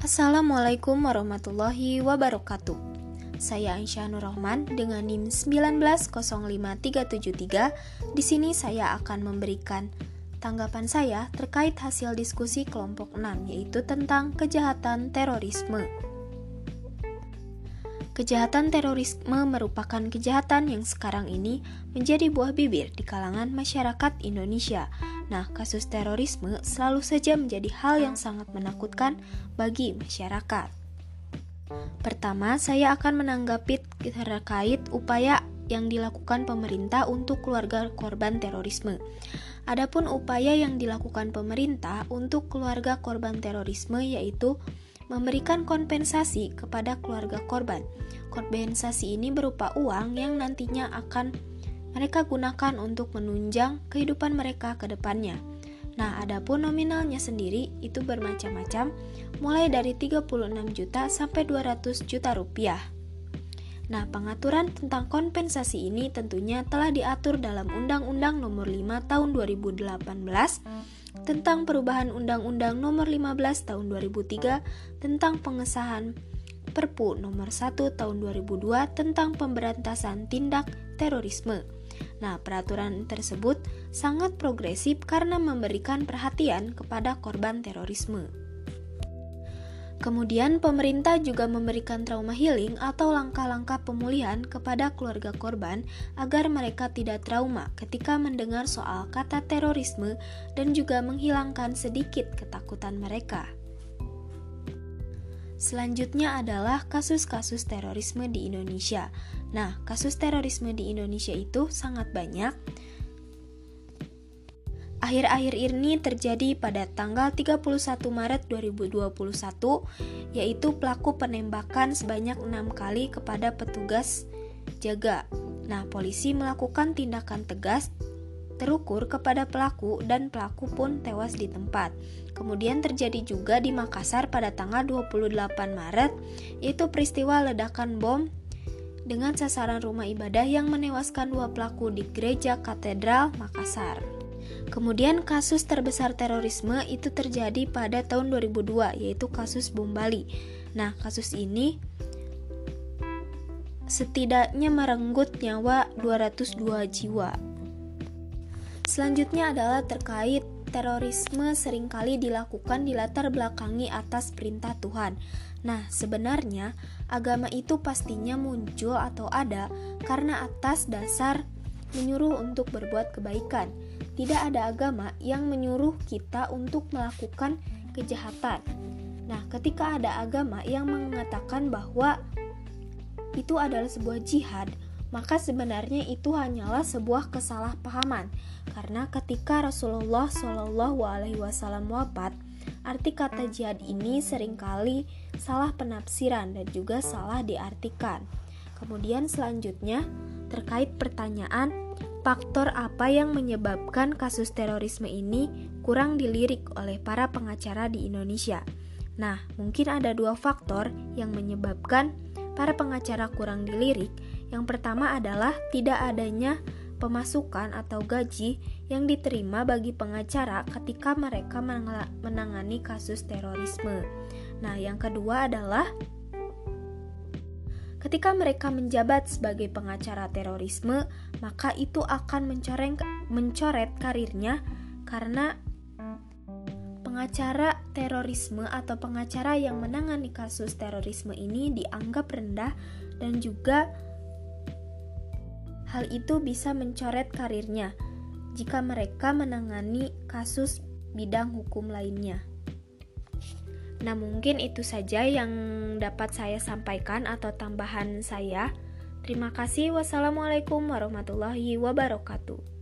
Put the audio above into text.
Assalamualaikum warahmatullahi wabarakatuh. Saya Aisyah Nur Rahman dengan NIM 1905373. Di sini saya akan memberikan tanggapan saya terkait hasil diskusi kelompok 6, yaitu tentang kejahatan terorisme. Kejahatan terorisme merupakan kejahatan yang sekarang ini menjadi buah bibir di kalangan masyarakat Indonesia. Nah, kasus terorisme selalu saja menjadi hal yang sangat menakutkan bagi masyarakat. Pertama, saya akan menanggapi terkait upaya yang dilakukan pemerintah untuk keluarga korban terorisme. Adapun upaya yang dilakukan pemerintah untuk keluarga korban terorisme yaitu memberikan kompensasi kepada keluarga korban. Kompensasi ini berupa uang yang nantinya akan mereka gunakan untuk menunjang kehidupan mereka ke depannya. Nah, adapun nominalnya sendiri itu bermacam-macam, mulai dari 36 juta sampai 200 juta rupiah. Nah, pengaturan tentang kompensasi ini tentunya telah diatur dalam Undang-Undang Nomor 5 Tahun 2018 tentang perubahan Undang-Undang Nomor 15 Tahun 2003 tentang pengesahan Perpu Nomor 1 Tahun 2002 tentang pemberantasan tindak terorisme. Nah, peraturan tersebut sangat progresif karena memberikan perhatian kepada korban terorisme. Kemudian pemerintah juga memberikan trauma healing atau langkah-langkah pemulihan kepada keluarga korban agar mereka tidak trauma ketika mendengar soal kata terorisme dan juga menghilangkan sedikit ketakutan mereka. Selanjutnya adalah kasus-kasus terorisme di Indonesia. Nah, kasus terorisme di Indonesia itu sangat banyak. Akhir-akhir ini terjadi pada tanggal 31 Maret 2021, yaitu pelaku penembakan sebanyak 6 kali kepada petugas jaga. Nah, polisi melakukan tindakan tegas terukur kepada pelaku dan pelaku pun tewas di tempat. Kemudian terjadi juga di Makassar pada tanggal 28 Maret, yaitu peristiwa ledakan bom dengan sasaran rumah ibadah yang menewaskan 2 pelaku di Gereja Katedral Makassar. Kemudian kasus terbesar terorisme itu terjadi pada tahun 2002, yaitu kasus bom Bali. Nah, kasus ini setidaknya merenggut nyawa 202 jiwa. Selanjutnya adalah terkait terorisme seringkali dilakukan di latar belakangi atas perintah Tuhan. Nah, sebenarnya agama itu pastinya muncul atau ada karena atas dasar menyuruh untuk berbuat kebaikan. Tidak ada agama yang menyuruh kita untuk melakukan kejahatan. Nah, ketika ada agama yang mengatakan bahwa itu adalah sebuah jihad, maka sebenarnya itu hanyalah sebuah kesalahpahaman. Karena ketika Rasulullah SAW wafat, arti kata jihad ini seringkali salah penafsiran dan juga salah diartikan. Kemudian selanjutnya terkait pertanyaan faktor apa yang menyebabkan kasus terorisme ini kurang dilirik oleh para pengacara di Indonesia. Nah, mungkin ada 2 faktor yang menyebabkan para pengacara kurang dilirik. Yang pertama adalah tidak adanya pemasukan atau gaji yang diterima bagi pengacara ketika mereka menangani kasus terorisme. Nah, yang kedua adalah ketika mereka menjabat sebagai pengacara terorisme, maka itu akan mencoret karirnya karena pengacara terorisme atau pengacara yang menangani kasus terorisme ini dianggap rendah dan juga hal itu bisa mencoret karirnya jika mereka menangani kasus bidang hukum lainnya. Nah, mungkin itu saja yang dapat saya sampaikan atau tambahan saya. Terima kasih. Wassalamualaikum warahmatullahi wabarakatuh.